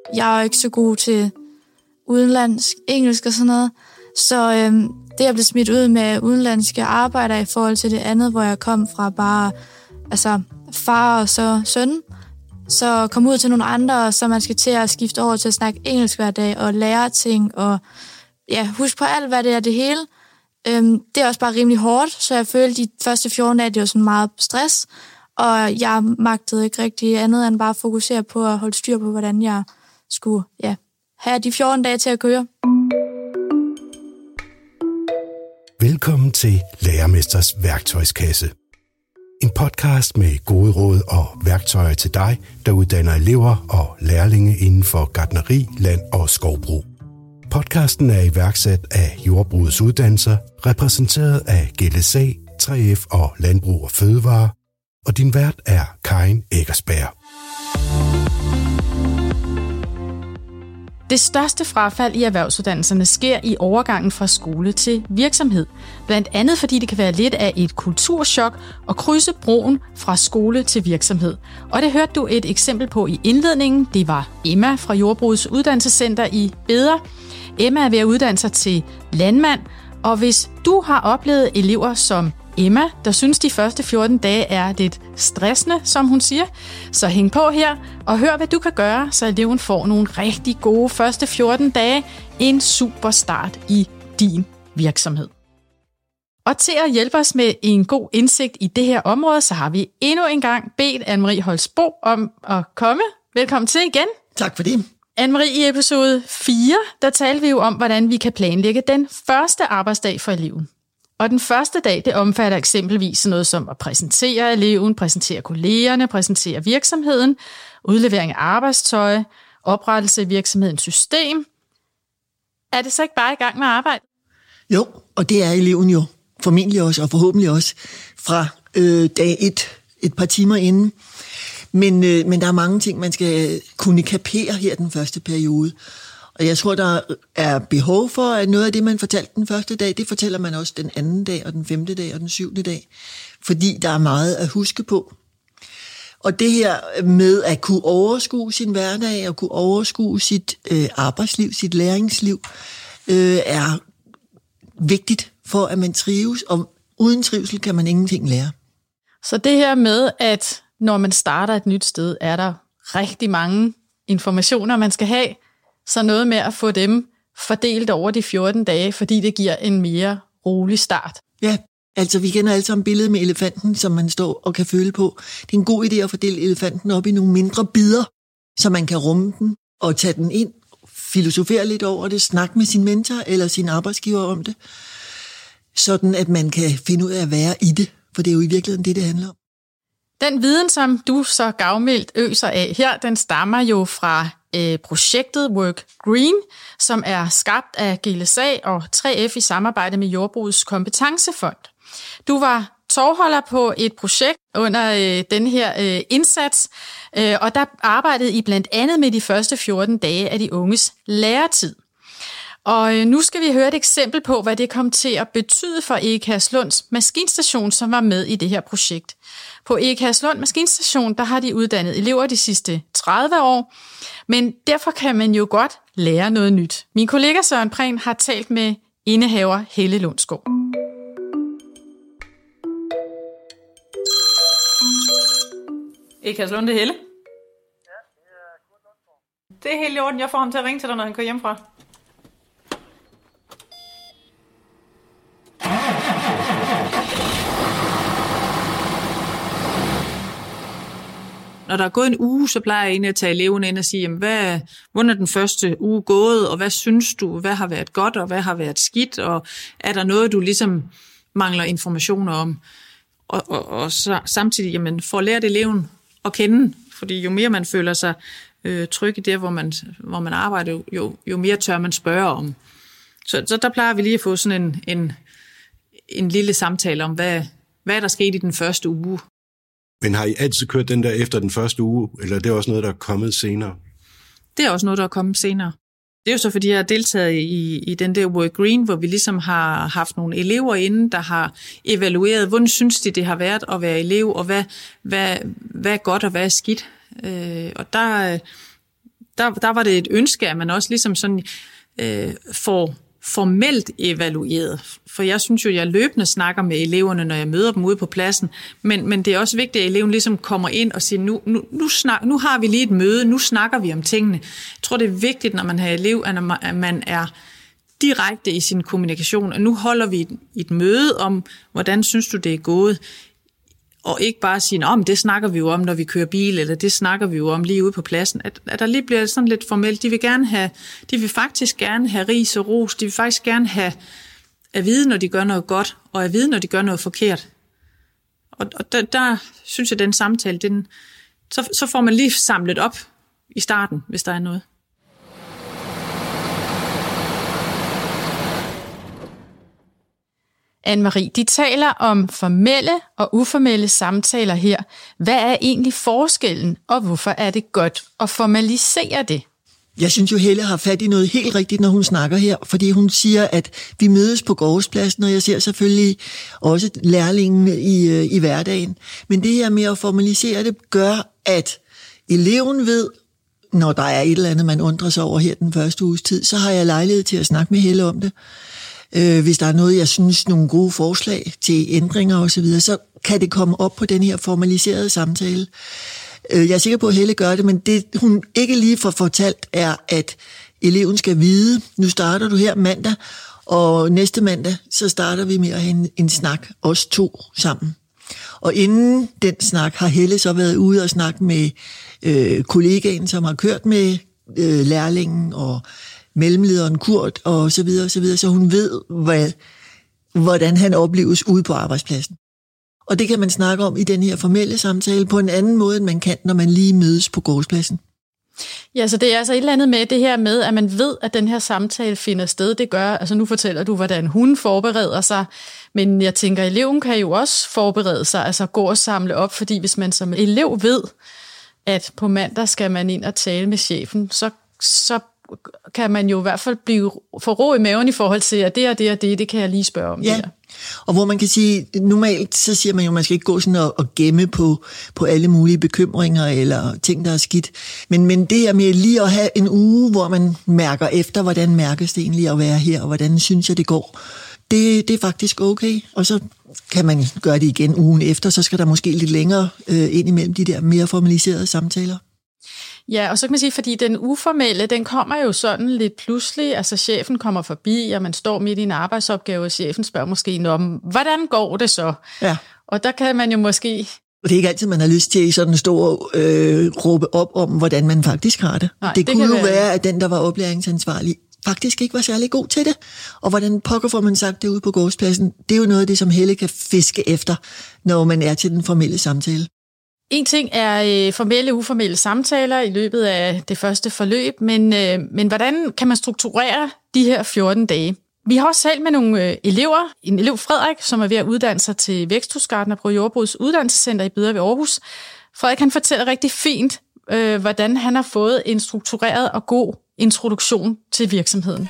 Jeg er jo ikke så god til udenlandsk, engelsk og sådan noget. Så det jeg blev smidt ud med udenlandske arbejdere i forhold til det andet, hvor jeg kom fra bare far og så søn, så kom ud til nogle andre, så man skal til at skifte over til at snakke engelsk hver dag og lære ting og husk på alt, hvad det er det hele. Det er også bare rimelig hårdt, så jeg følte de første 14 dage, det var sådan meget stress, og jeg magtede ikke rigtig andet end bare at fokusere på at holde styr på, hvordan jeg skulle have de 14 dage til at køre. Velkommen til Lærermesters værktøjskasse. En podcast med gode råd og værktøjer til dig, der uddanner elever og lærlinge inden for gartneri, land og skovbrug. Podcasten er iværksat af Jordbrugets Uddannelser, repræsenteret af GLSA, 3F og Landbrug og Fødevare, og din vært er Karin Eckersberg. Det største frafald i erhvervsuddannelserne sker i overgangen fra skole til virksomhed. Blandt andet fordi det kan være lidt af et kulturschok at krydse broen fra skole til virksomhed. Og det hørte du et eksempel på i indledningen. Det var Emma fra Jordbrugets Uddannelsescenter i Beder. Emma er ved at uddanne sig til landmand, og hvis du har oplevet elever som Emma, der synes de første 14 dage er lidt stressende, som hun siger, så hæng på her og hør, hvad du kan gøre, så eleven får nogle rigtig gode første 14 dage, en super start i din virksomhed. Og til at hjælpe os med en god indsigt i det her område, så har vi endnu en gang bedt Anne-Marie Holsbo om at komme. Velkommen til igen. Tak for det. Anne-Marie, i episode 4, der talte vi jo om, hvordan vi kan planlægge den første arbejdsdag for eleven. Og den første dag, det omfatter eksempelvis noget som at præsentere eleven, præsentere kollegerne, præsentere virksomheden, udlevering af arbejdstøj, oprettelse af virksomhedens system. Er det så ikke bare i gang med arbejde? Jo, og det er eleven jo formentlig også, og forhåbentlig også fra dag et par timer inden. Men der er mange ting, man skal kunne kapere her den første periode. Og jeg tror, der er behov for, at noget af det, man fortalte den første dag, det fortæller man også den anden dag, og den 5. dag, og den 7. dag. Fordi der er meget at huske på. Og det her med at kunne overskue sin hverdag, og kunne overskue sit arbejdsliv, sit læringsliv, er vigtigt for, at man trives. Og uden trivsel kan man ingenting lære. Så det her med, at når man starter et nyt sted, er der rigtig mange informationer, man skal have, så noget med at få dem fordelt over de 14 dage, fordi det giver en mere rolig start. Ja, altså vi kender alle sammen billedet med elefanten, som man står og kan føle på. Det er en god idé at fordele elefanten op i nogle mindre bidder, så man kan rumme den og tage den ind, filosofere lidt over det, snakke med sin mentor eller sin arbejdsgiver om det, sådan at man kan finde ud af at være i det, for det er jo i virkeligheden det handler om. Den viden, som du så gavmildt øser af her, den stammer jo fra projektet Work Green, som er skabt af GLSA og 3F i samarbejde med Jordbrugets Kompetencefond. Du var tovholder på et projekt under den her indsats, og der arbejdede I blandt andet med de første 14 dage af de unges læretid. Og nu skal vi høre et eksempel på, hvad det kom til at betyde for Egeherslunds maskinstation, som var med i det her projekt. På Egeherslund Maskinstation, der har de uddannet elever de sidste 30 år, men derfor kan man jo godt lære noget nyt. Min kollega Søren Prehn har talt med indehaver Helle Lundsgaard. Egeherslund, det er Helle? Ja, det er Kurt Lundsgaard. Det er helt i orden. Jeg får ham til at ringe til dig, når han kører hjemmefra. Når der er gået en uge, så plejer jeg egentlig at tage eleven ind og sige, jamen, hvordan er den første uge gået, og hvad synes du, hvad har været godt, og hvad har været skidt, og er der noget, du ligesom mangler informationer om? Og så samtidig, jamen, får lært eleven at kende, fordi jo mere man føler sig tryg i det, hvor man arbejder, jo mere tør man spørge om. Så der plejer vi lige at få sådan en lille samtale om, hvad der skete i den første uge. Men har I altid kørt den der efter den første uge, eller er det også noget, der er kommet senere? Det er også noget, der er kommet senere. Det er jo så, fordi jeg har deltaget i den der Work Green, hvor vi ligesom har haft nogle elever inde, der har evalueret, hvordan synes de, det har været at være elev, og hvad er godt og hvad er skidt. Og der der var det et ønske, at man også ligesom sådan får formelt evalueret. For jeg synes jo, jeg løbende snakker med eleverne, når jeg møder dem ude på pladsen, men det er også vigtigt, at eleven ligesom kommer ind og siger, nu har vi lige et møde, nu snakker vi om tingene. Jeg tror, det er vigtigt, når man har elev, at man er direkte i sin kommunikation, og nu holder vi et møde om, hvordan synes du, det er gået, og ikke bare sige, det snakker vi jo om, når vi kører bil, eller det snakker vi jo om lige ude på pladsen. At der lige bliver sådan lidt formelt. De vil faktisk gerne have ris og ros. De vil faktisk gerne have at vide, når de gør noget godt, og at vide, når de gør noget forkert. Og der synes jeg, den samtale, så får man lige samlet op i starten, hvis der er noget. Anne-Marie, de taler om formelle og uformelle samtaler her. Hvad er egentlig forskellen, og hvorfor er det godt at formalisere det? Jeg synes jo, Helle har fat i noget helt rigtigt, når hun snakker her, fordi hun siger, at vi mødes på gårdspladsen, og jeg ser selvfølgelig også lærlingen i hverdagen. Men det her med at formalisere det gør, at eleven ved, når der er et eller andet, man undrer sig over her den første uges tid, så har jeg lejlighed til at snakke med Helle om det. Hvis der er noget, jeg synes, nogle gode forslag til ændringer osv., så kan det komme op på den her formaliserede samtale. Jeg er sikker på, at Helle gør det, men det, hun ikke lige får fortalt, er, at eleven skal vide, nu starter du her mandag, og næste mandag, så starter vi med at have en snak, os to sammen. Og inden den snak har Helle så været ude og snakke med kollegaen, som har kørt med lærlingen og mellemlederen Kurt og så videre, så hun ved, hvordan han opleves ude på arbejdspladsen. Og det kan man snakke om i den her formelle samtale på en anden måde, end man kan, når man lige mødes på gårdspladsen. Ja, så det er altså et eller andet med det her med, at man ved, at den her samtale finder sted. Det gør, altså nu fortæller du, hvordan hun forbereder sig, men jeg tænker, at eleven kan jo også forberede sig, altså gå og samle op, fordi hvis man som elev ved, at på mandag skal man ind og tale med chefen, så kan man jo i hvert fald få ro i maven i forhold til, at det og det og det kan jeg lige spørge om. Ja, der. Og hvor man kan sige, normalt så siger man jo, at man skal ikke gå sådan og gemme på alle mulige bekymringer eller ting, der er skidt. Men det her med lige at have en uge, hvor man mærker efter, hvordan mærkes det egentlig at være her, og hvordan synes jeg, det går, det er faktisk okay. Og så kan man gøre det igen ugen efter, så skal der måske lidt længere ind imellem de der mere formaliserede samtaler. Ja, og så kan man sige, fordi den uformelle, den kommer jo sådan lidt pludselig, altså chefen kommer forbi, og man står midt i en arbejdsopgave, og chefen spørger måske om, hvordan går det så? Ja. Og der kan man jo måske... Og det er ikke altid, man har lyst til sådan at stå og råbe op om, hvordan man faktisk har det. Nej, det kunne jo være, at den, der var oplæringsansvarlig, faktisk ikke var særlig god til det. Og hvordan pokker får man sagt det ude på gårdspladsen, det er jo noget af det, som Helle kan fiske efter, når man er til den formelle samtale. En ting er formelle og uformelle samtaler i løbet af det første forløb, men hvordan kan man strukturere de her 14 dage? Vi har også selv med nogle elever, en elev Frederik, som er ved at uddanne sig til væksthusgartner på Jordbrugets Uddannelsescenter i Bidre ved Aarhus. Frederik han fortæller rigtig fint, hvordan han har fået en struktureret og god introduktion til virksomheden.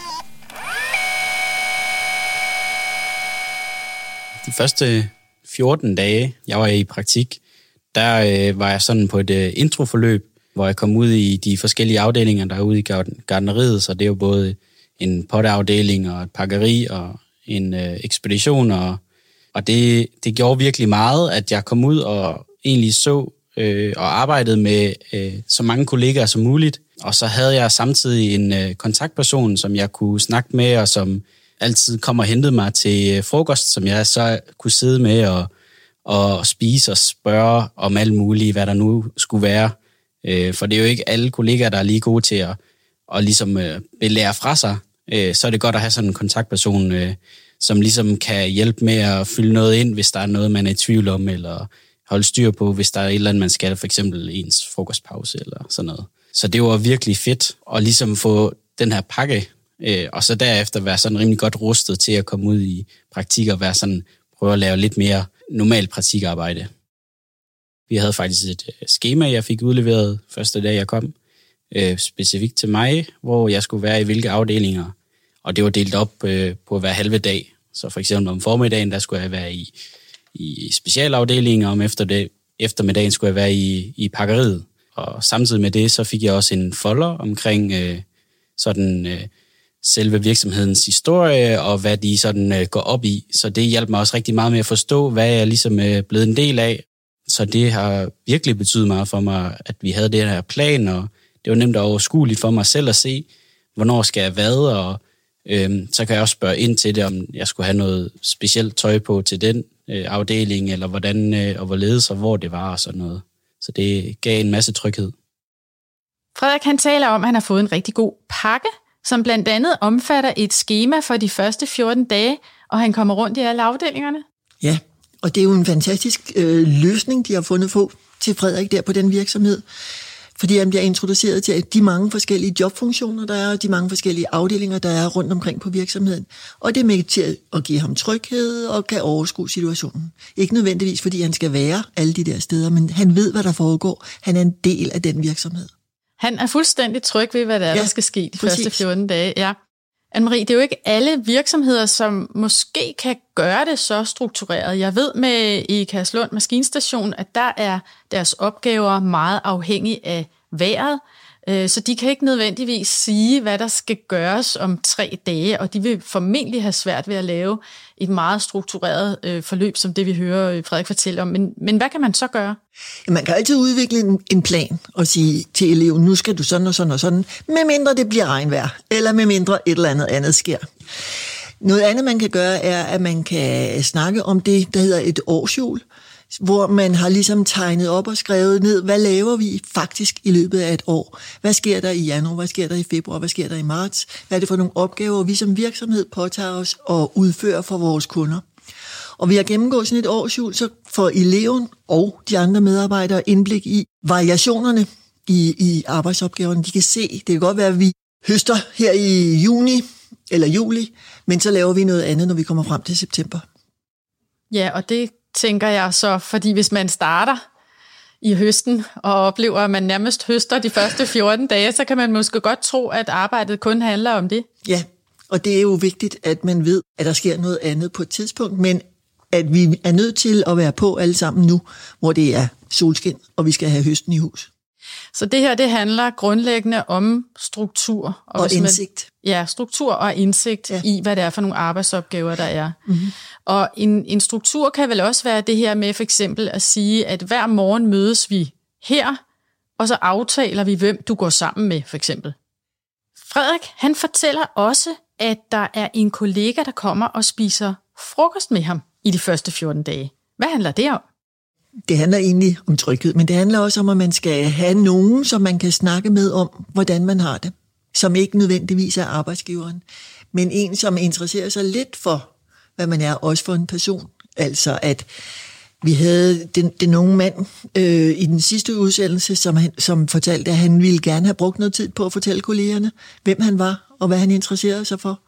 De første 14 dage, jeg var i praktik, der var jeg sådan på et introforløb, hvor jeg kom ud i de forskellige afdelinger, der er ude i gartneriet, så det er jo både en potteafdeling og et pakkeri og en ekspedition, og det gjorde virkelig meget, at jeg kom ud og egentlig så og arbejdede med så mange kollegaer som muligt, og så havde jeg samtidig en kontaktperson, som jeg kunne snakke med, og som altid kom og hentede mig til frokost, som jeg så kunne sidde med og spise og spørge om alt muligt, hvad der nu skulle være. For det er jo ikke alle kollegaer, der er lige gode til at ligesom belære fra sig. Så er det godt at have sådan en kontaktperson, som ligesom kan hjælpe med at fylde noget ind, hvis der er noget, man er i tvivl om, eller holde styr på, hvis der er et eller andet, man skal, for eksempel ens frokostpause eller sådan noget. Så det var virkelig fedt at ligesom få den her pakke, og så derefter være sådan rimelig godt rustet til at komme ud i praktik og være sådan, prøve at lave lidt mere normalt praktikarbejde. Vi havde faktisk et skema, jeg fik udleveret første dag, jeg kom, specifikt til mig, hvor jeg skulle være i hvilke afdelinger, og det var delt op på hver halve dag. Så for eksempel om formiddagen, der skulle jeg være i specialafdelingen, og om eftermiddagen skulle jeg være i pakkeriet. Og samtidig med det, så fik jeg også en folder omkring selve virksomhedens historie, og hvad de sådan går op i. Så det hjalp mig også rigtig meget med at forstå, hvad jeg ligesom er blevet en del af. Så det har virkelig betydet meget for mig, at vi havde det her plan, og det var nemt og overskueligt for mig selv at se, hvornår skal jeg hvad, og så kan jeg også spørge ind til det, om jeg skulle have noget specielt tøj på til den afdeling, eller hvordan og hvorledes og hvor det var og sådan noget. Så det gav en masse tryghed. Frederik, han taler om, at han har fået en rigtig god pakke, som blandt andet omfatter et skema for de første 14 dage, og han kommer rundt i alle afdelingerne. Ja, og det er jo en fantastisk løsning, de har fundet på til Frederik der på den virksomhed. Fordi han bliver introduceret til de mange forskellige jobfunktioner, der er, og de mange forskellige afdelinger, der er rundt omkring på virksomheden. Og det er med til at give ham tryghed og kan overskue situationen. Ikke nødvendigvis, fordi han skal være alle de der steder, men han ved, hvad der foregår. Han er en del af den virksomhed. Han er fuldstændig tryg ved, hvad der skal ske de første 14 dage. Ja. Anne-Marie, det er jo ikke alle virksomheder, som måske kan gøre det så struktureret. Jeg ved med Ikast-Lund Maskinstation, at der er deres opgaver meget afhængige af vejret, så de kan ikke nødvendigvis sige, hvad der skal gøres om 3 dage, og de vil formentlig have svært ved at lave et meget struktureret forløb, som det vi hører Frederik fortælle om. Men hvad kan man så gøre? Man kan altid udvikle en plan og sige til eleven, nu skal du sådan og sådan og sådan, medmindre det bliver regnvejr, eller medmindre et eller andet sker. Noget andet, man kan gøre, er, at man kan snakke om det, der hedder et årshjul, hvor man har ligesom tegnet op og skrevet ned, hvad laver vi faktisk i løbet af et år? Hvad sker der i januar? Hvad sker der i februar? Hvad sker der i marts? Hvad er det for nogle opgaver, vi som virksomhed påtager os og udfører for vores kunder? Og ved at gennemgå sådan et årshjul, så får eleven og de andre medarbejdere indblik i variationerne i arbejdsopgaverne. De kan se, det kan godt være, at vi høster her i juni eller juli, men så laver vi noget andet, når vi kommer frem til september. Ja, og det tænker jeg så, fordi hvis man starter i høsten og oplever, at man nærmest høster de første 14 dage, så kan man måske godt tro, at arbejdet kun handler om det. Ja, og det er jo vigtigt, at man ved, at der sker noget andet på et tidspunkt, men at vi er nødt til at være på alle sammen nu, hvor det er solskin, og vi skal have høsten i hus. Så det her, det handler grundlæggende om struktur. Og indsigt. Struktur og indsigt i, hvad det er for nogle arbejdsopgaver, der er. Mm-hmm. Og en struktur kan vel også være det her med for eksempel at sige, at hver morgen mødes vi her, og så aftaler vi, hvem du går sammen med, for eksempel. Frederik, han fortæller også, at der er en kollega, der kommer og spiser frokost med ham i de første 14 dage. Hvad handler det om? Det handler egentlig om tryghed, men det handler også om, at man skal have nogen, som man kan snakke med om, hvordan man har det. Som ikke nødvendigvis er arbejdsgiveren, men en, som interesserer sig lidt for, hvad man er, også for en person. Altså, at vi havde den unge mand i den sidste udsendelse, som fortalte, at han ville gerne have brugt noget tid på at fortælle kollegerne, hvem han var, og hvad han interesserede sig for.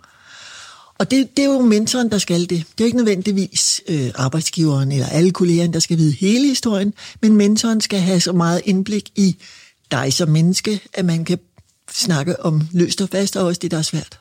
Og det er jo mentoren, der skal det. Det er jo ikke nødvendigvis arbejdsgiveren eller alle kollegerne, der skal vide hele historien, men mentoren skal have så meget indblik i dig som menneske, at man kan snakke om løst og fast, og også det, der er svært.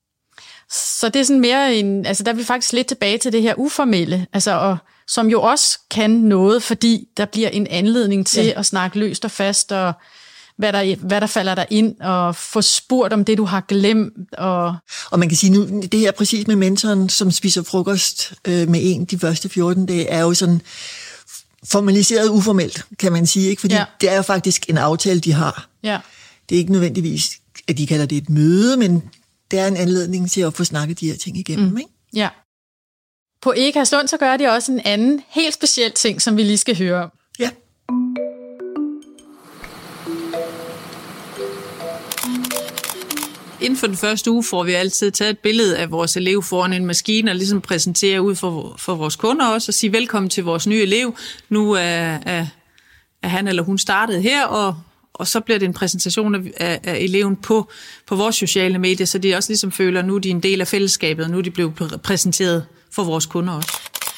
Så det er sådan mere altså der er vi faktisk lidt tilbage til det her uformelle, og som jo også kan noget, fordi der bliver en anledning til at snakke løst og fast, og hvad der falder der ind, og få spurgt om det, du har glemt. Og man kan sige nu, det her præcis med mentoren, som spiser frokost med en de første 14 dage, er jo sådan formaliseret uformelt, kan man sige, ikke? Fordi det er jo faktisk en aftale, de har. Ja. Det er ikke nødvendigvis, at de kalder det et møde, men det er en anledning til at få snakket de her ting igennem, ikke? Ja. På Ikast-Lund, så gør de også en anden helt speciel ting, som vi lige skal høre om. Ja. Inden for den første uge får vi altid taget et billede af vores elev foran en maskine og ligesom præsentere ud for vores kunder også og sige velkommen til vores nye elev. Nu er han eller hun startet her, og så bliver det en præsentation af eleven på vores sociale medier, så de også ligesom føler, at nu er de en del af fællesskabet, og nu er de blevet præsenteret for vores kunder også.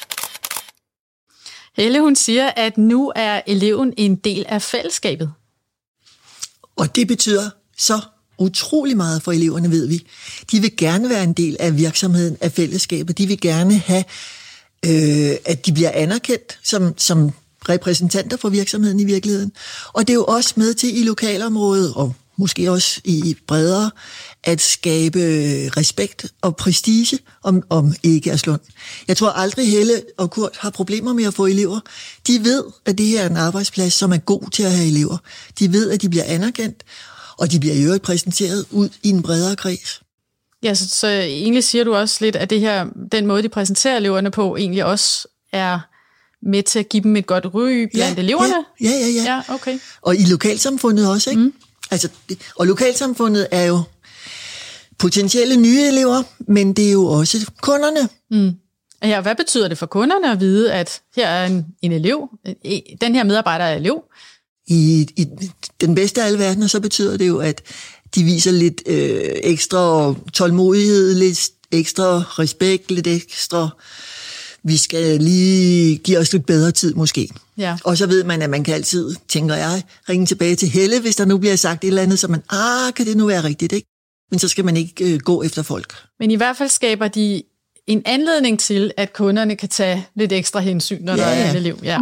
Helle, hun siger, at nu er eleven en del af fællesskabet. Og det betyder så utrolig meget for eleverne, ved vi. De vil gerne være en del af virksomheden, af fællesskabet. De vil gerne have, at de bliver anerkendt som repræsentanter for virksomheden i virkeligheden. Og det er jo også med til i lokalområdet, og måske også i bredere, at skabe respekt og prestige om Egerslund. Jeg tror aldrig Helle og Kurt har problemer med at få elever. De ved, at det her er en arbejdsplads, som er god til at have elever. De ved, at de bliver anerkendt, og de bliver i øvrigt præsenteret ud i en bredere kreds. Ja, så egentlig siger du også lidt, at det her, den måde, de præsenterer eleverne på, egentlig også er med til at give dem et godt ry blandt eleverne? Ja. Okay. Og i lokalsamfundet også, ikke? Altså, og lokalsamfundet er jo potentielle nye elever, men det er jo også kunderne. Ja, hvad betyder det for kunderne at vide, at her er en elev, den her medarbejder er elev? I den bedste af alle verdener, så betyder det jo, at de viser lidt ekstra tålmodighed, lidt ekstra respekt, lidt ekstra, vi skal lige give os lidt bedre tid måske. Ja. Og så ved man, at man kan altid, tænker jeg, ringe tilbage til Helle, hvis der nu bliver sagt et eller andet, så man, kan det nu være rigtigt, ikke? Men så skal man ikke gå efter folk. Men i hvert fald skaber de en anledning til, at kunderne kan tage lidt ekstra hensyn, når der er en elev. Ja.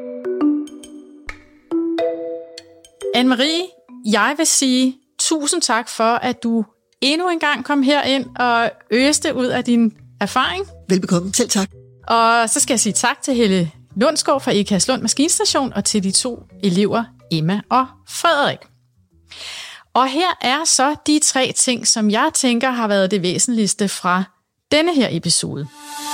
Anne-Marie, jeg vil sige tusind tak for, at du endnu en gang kom herind og øste ud af din erfaring. Velbekomme. Selv tak. Og så skal jeg sige tak til Helle Lundsgaard fra Egerslund Maskinstation og til de 2 elever, Emma og Frederik. Og her er så de 3 ting, som jeg tænker har været det væsentligste fra denne her episode.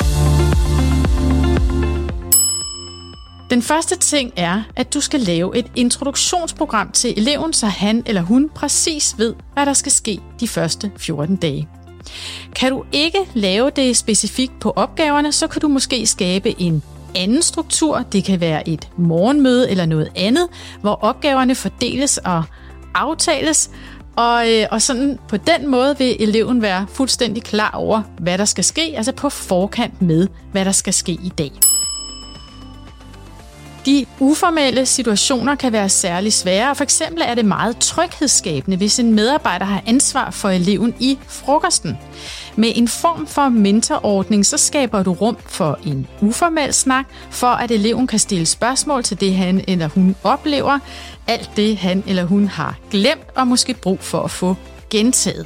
Den første ting er, at du skal lave et introduktionsprogram til eleven, så han eller hun præcis ved, hvad der skal ske de første 14 dage. Kan du ikke lave det specifikt på opgaverne, så kan du måske skabe en anden struktur. Det kan være et morgenmøde eller noget andet, hvor opgaverne fordeles og aftales, og sådan på den måde vil eleven være fuldstændig klar over, hvad der skal ske, altså på forkant med, hvad der skal ske i dag. De uformelle situationer kan være særlig svære, og for eksempel er det meget tryghedsskabende, hvis en medarbejder har ansvar for eleven i frokosten. Med en form for mentorordning, så skaber du rum for en uformel snak, for at eleven kan stille spørgsmål til det, han eller hun oplever, alt det, han eller hun har glemt og måske brug for at få gentaget.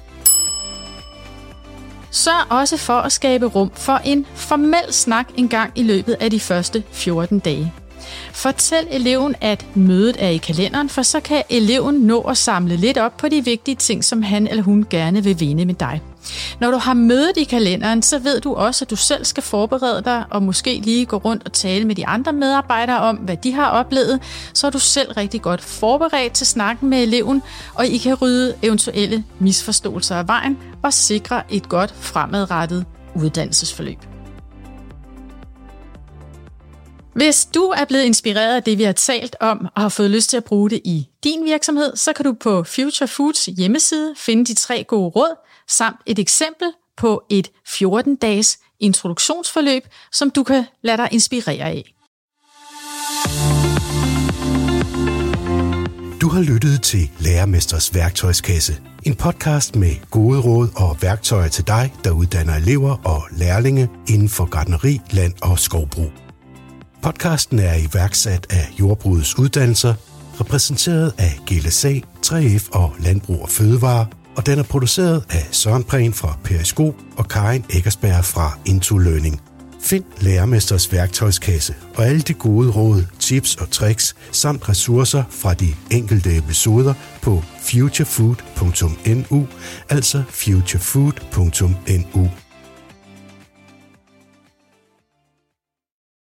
Sørg også for at skabe rum for en formel snak en gang i løbet af de første 14 dage. Fortæl eleven, at mødet er i kalenderen, for så kan eleven nå at samle lidt op på de vigtige ting, som han eller hun gerne vil vinde med dig. Når du har mødet i kalenderen, så ved du også, at du selv skal forberede dig og måske lige gå rundt og tale med de andre medarbejdere om, hvad de har oplevet, så er du selv rigtig godt forberedt til snakken med eleven, og I kan rydde eventuelle misforståelser af vejen og sikre et godt fremadrettet uddannelsesforløb. Hvis du er blevet inspireret af det, vi har talt om, og har fået lyst til at bruge det i din virksomhed, så kan du på Future Foods hjemmeside finde de 3 gode råd, samt et eksempel på et 14-dages introduktionsforløb, som du kan lade dig inspirere af. Du har lyttet til Lærermesters værktøjskasse. En podcast med gode råd og værktøjer til dig, der uddanner elever og lærlinge inden for gartneri, land og skovbrug. Podcasten er iværksat af Jordbrugets Uddannelser, repræsenteret af GLSA, 3F og Landbrug og Fødevare, og den er produceret af Søren Prehn fra Periskop og Karin Eckersberg fra Into Learning. Find Lærermesters værktøjskasse og alle de gode råd, tips og tricks samt ressourcer fra de enkelte episoder på futurefood.nu, altså futurefood.nu.